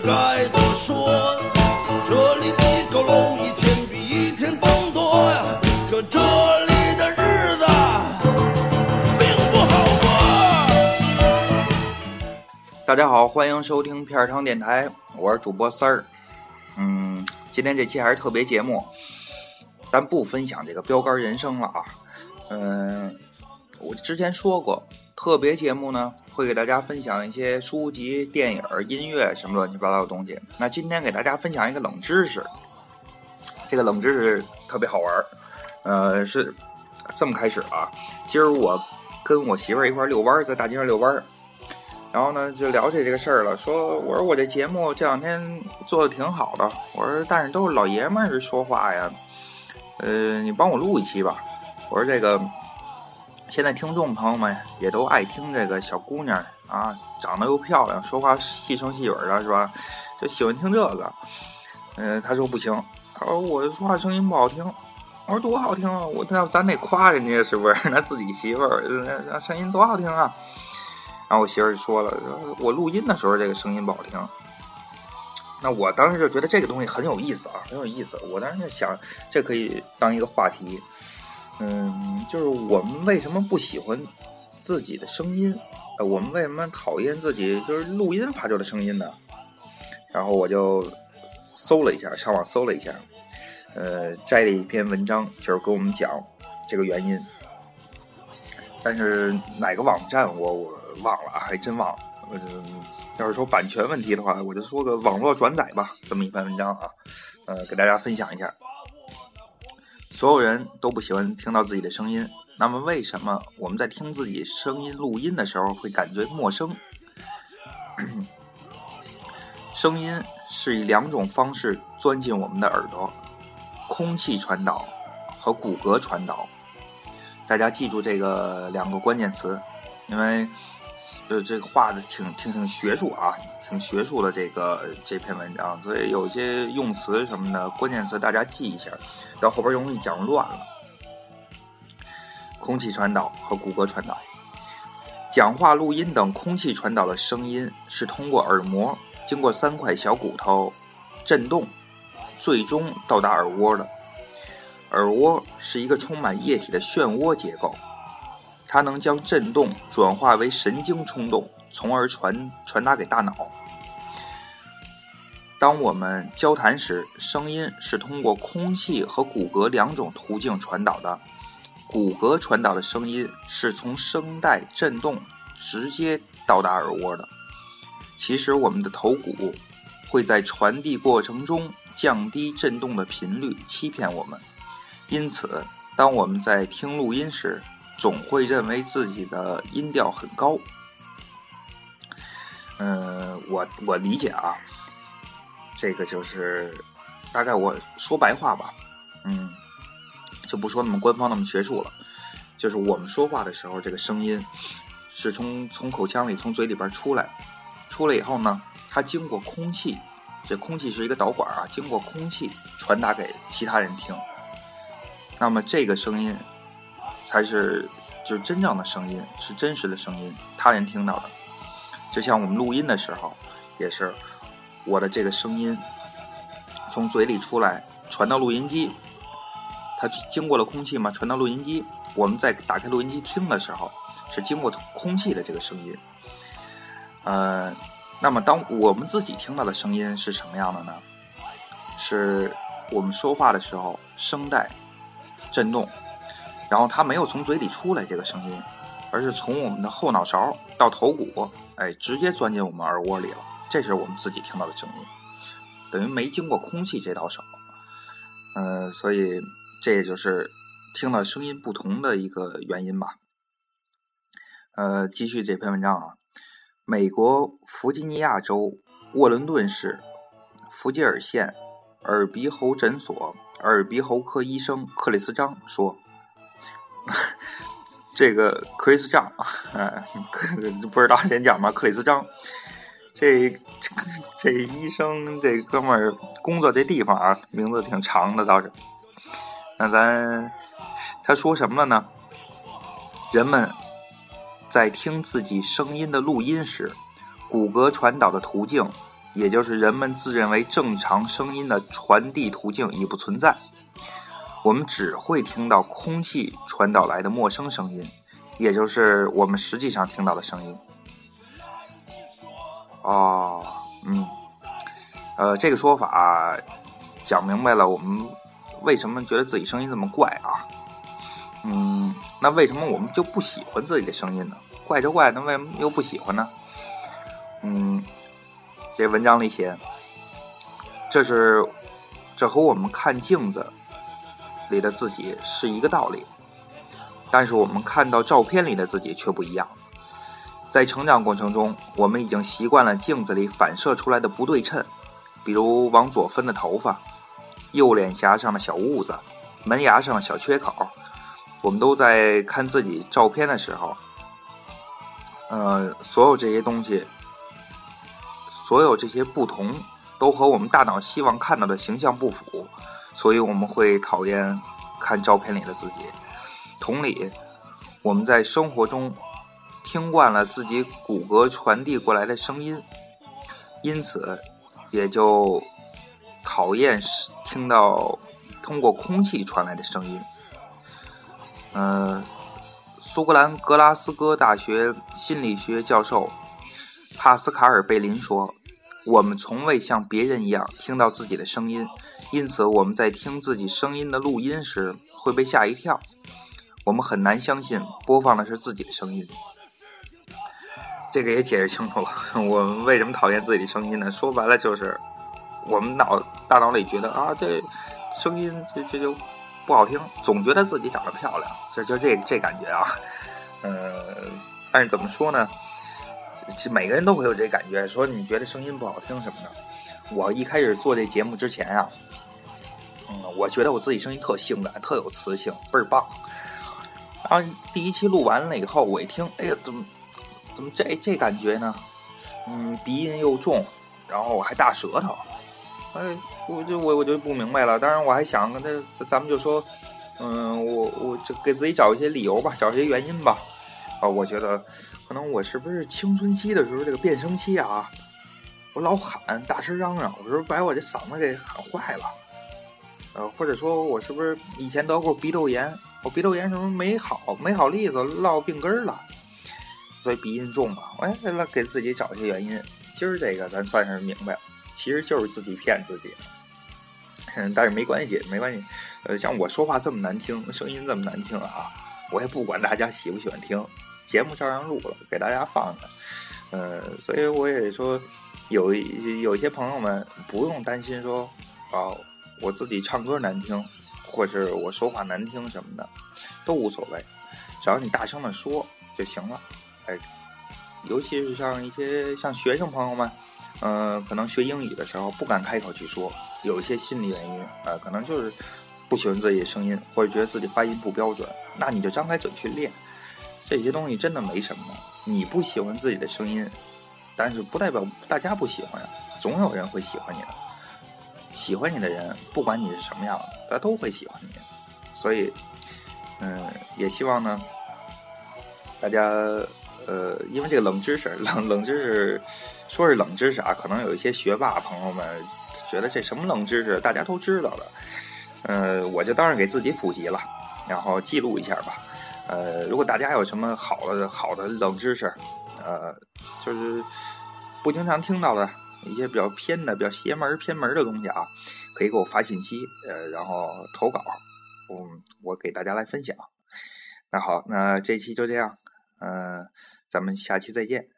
该怎么说？这里的高楼一天比一天增多呀，可这里的日子并不好过。 大家好，欢迎收听片儿汤电台，我是主播三儿。今天这期还是特别节目，但不分享这个标杆人生了啊。我之前说过，特别节目呢会给大家分享一些书籍、电影、音乐什么乱七八糟的东西。那今天给大家分享一个冷知识，这个冷知识特别好玩。是这么开始啊。今儿我跟我媳妇儿一块遛弯，在大街上遛弯，然后呢就聊起这个事儿了，我说我这节目这两天做的挺好的，我说但是都是老爷们儿说话呀，你帮我录一期吧。我说这个现在听众朋友们也都爱听这个小姑娘啊，长得又漂亮，说话细声细语的是吧，就喜欢听这个。他说不行，他说我说话声音不好听。我说多好听啊，咱得夸人家是不是？那自己媳妇儿声音多好听啊。然后我媳妇儿说了，我录音的时候这个声音不好听。那我当时就觉得这个东西很有意思啊，很有意思。我当时就想，这可以当一个话题。就是我们为什么不喜欢自己的声音？我们为什么讨厌自己就是录音发出的声音呢？然后我就搜了一下，上网搜了一下，摘了一篇文章，就是跟我们讲这个原因。但是哪个网站我忘了啊，还真忘了。要是说版权问题的话，我就说个网络转载吧，这么一篇文章啊，给大家分享一下。所有人都不喜欢听到自己的声音，那么为什么我们在听自己声音录音的时候会感觉陌生？声音是以两种方式钻进我们的耳朵，空气传导和骨骼传导。大家记住这个两个关键词，因为这个画的挺学术啊，挺学术的这篇文章，所以有一些用词什么的关键词大家记一下，到后边容易讲乱了。空气传导和骨骼传导，讲话、录音等空气传导的声音是通过耳膜经过3块小骨头震动，最终到达耳蜗的。耳蜗是一个充满液体的漩涡结构，它能将震动转化为神经冲动，从而传达给大脑。当我们交谈时，声音是通过空气和骨骼两种途径传导的。骨骼传导的声音是从声带震动直接到达耳蜗的。其实我们的头骨会在传递过程中降低震动的频率，欺骗我们。因此当我们在听录音时，总会认为自己的音调很高。我理解啊，这个就是大概我说白话吧，就不说那么官方那么学术了。就是我们说话的时候，这个声音是从口腔里从嘴里边出来以后呢，它经过空气，这空气是一个导管啊，经过空气传达给其他人听。那么这个声音才是就是真正的声音，是真实的声音，他人听到的。就像我们录音的时候，也是我的这个声音从嘴里出来传到录音机，它经过了空气嘛，传到录音机，我们在打开录音机听的时候是经过空气的这个声音。那么当我们自己听到的声音是什么样的呢？是我们说话的时候声带震动，然后它没有从嘴里出来这个声音，而是从我们的后脑勺到头骨，直接钻进我们耳蜗里了，这是我们自己听到的声音，等于没经过空气这道手。所以这也就是听到声音不同的一个原因吧。继续这篇文章啊，美国弗吉尼亚州沃伦顿市弗吉尔县耳鼻喉诊所耳鼻喉科医生克里斯张说，这个克里斯张，不知道人讲吗？克里斯张，这医生这哥们儿工作这地方啊，名字挺长的倒是。那他说什么了呢？人们在听自己声音的录音时，骨骼传导的途径也就是人们自认为正常声音的传递途径已不存在，我们只会听到空气传导来的陌生声音，也就是我们实际上听到的声音。这个说法讲明白了我们为什么觉得自己声音这么怪啊。那为什么我们就不喜欢自己的声音呢？怪就怪，那为什么又不喜欢呢？这文章里写，这和我们看镜子里的自己是一个道理，但是我们看到照片里的自己却不一样。在成长过程中，我们已经习惯了镜子里反射出来的不对称，比如往左分的头发，右脸颊上的小痦子，门牙上的小缺口。我们都在看自己照片的时候，所有这些东西，所有这些不同都和我们大脑希望看到的形象不符，所以我们会讨厌看照片里的自己。同理，我们在生活中听惯了自己骨骼传递过来的声音，因此也就讨厌听到通过空气传来的声音。苏格兰格拉斯哥大学心理学教授帕斯卡尔·贝林说，我们从未像别人一样听到自己的声音，因此我们在听自己声音的录音时会被吓一跳，我们很难相信播放的是自己的声音。这个也解释清楚了，我们为什么讨厌自己的声音呢？说白了就是我们大脑里觉得这声音这就不好听，总觉得自己长得漂亮，这感觉啊。但是怎么说呢？每个人都会有这感觉，说你觉得声音不好听什么的。我一开始做这节目之前啊，我觉得我自己声音特性感，特有磁性，倍儿棒。然后第一期录完了以后，我一听，哎呀，怎么这感觉呢？鼻音又重，然后我还大舌头。我就不明白了。当然我还想咱们就说，我就给自己找一些理由吧，找一些原因吧。我觉得可能我是不是青春期的时候这个变声期啊，我老喊大声嚷嚷，我是不是把我这嗓子给喊坏了？或者说我是不是以前得过鼻窦炎？我鼻窦炎什么没好利索，落病根了，所以鼻音重嘛。我给自己找一些原因。今儿这个咱算是明白了，其实就是自己骗自己。但是没关系。像我说话这么难听，声音这么难听啊，我也不管大家喜不喜欢听，节目照样录了，给大家放着。所以我也说，有一些朋友们不用担心说，我自己唱歌难听，或者我说话难听什么的，都无所谓，只要你大声的说就行了。尤其是像学生朋友们，可能学英语的时候不敢开口去说，有一些心理原因，可能就是不喜欢自己的声音，或者觉得自己发音不标准，那你就张开嘴去练。这些东西真的没什么，你不喜欢自己的声音，但是不代表大家不喜欢呀，总有人会喜欢你的。喜欢你的人，不管你是什么样的，他都会喜欢你。所以，也希望呢，大家。因为这个冷知识，说是冷知识啊，可能有一些学霸朋友们觉得这什么冷知识，大家都知道的。我就当然给自己普及了，然后记录一下吧。如果大家有什么好的冷知识，就是不经常听到的一些比较偏门的东西啊，可以给我发信息，然后投稿，我给大家来分享。那好，那这期就这样。咱们下期再见。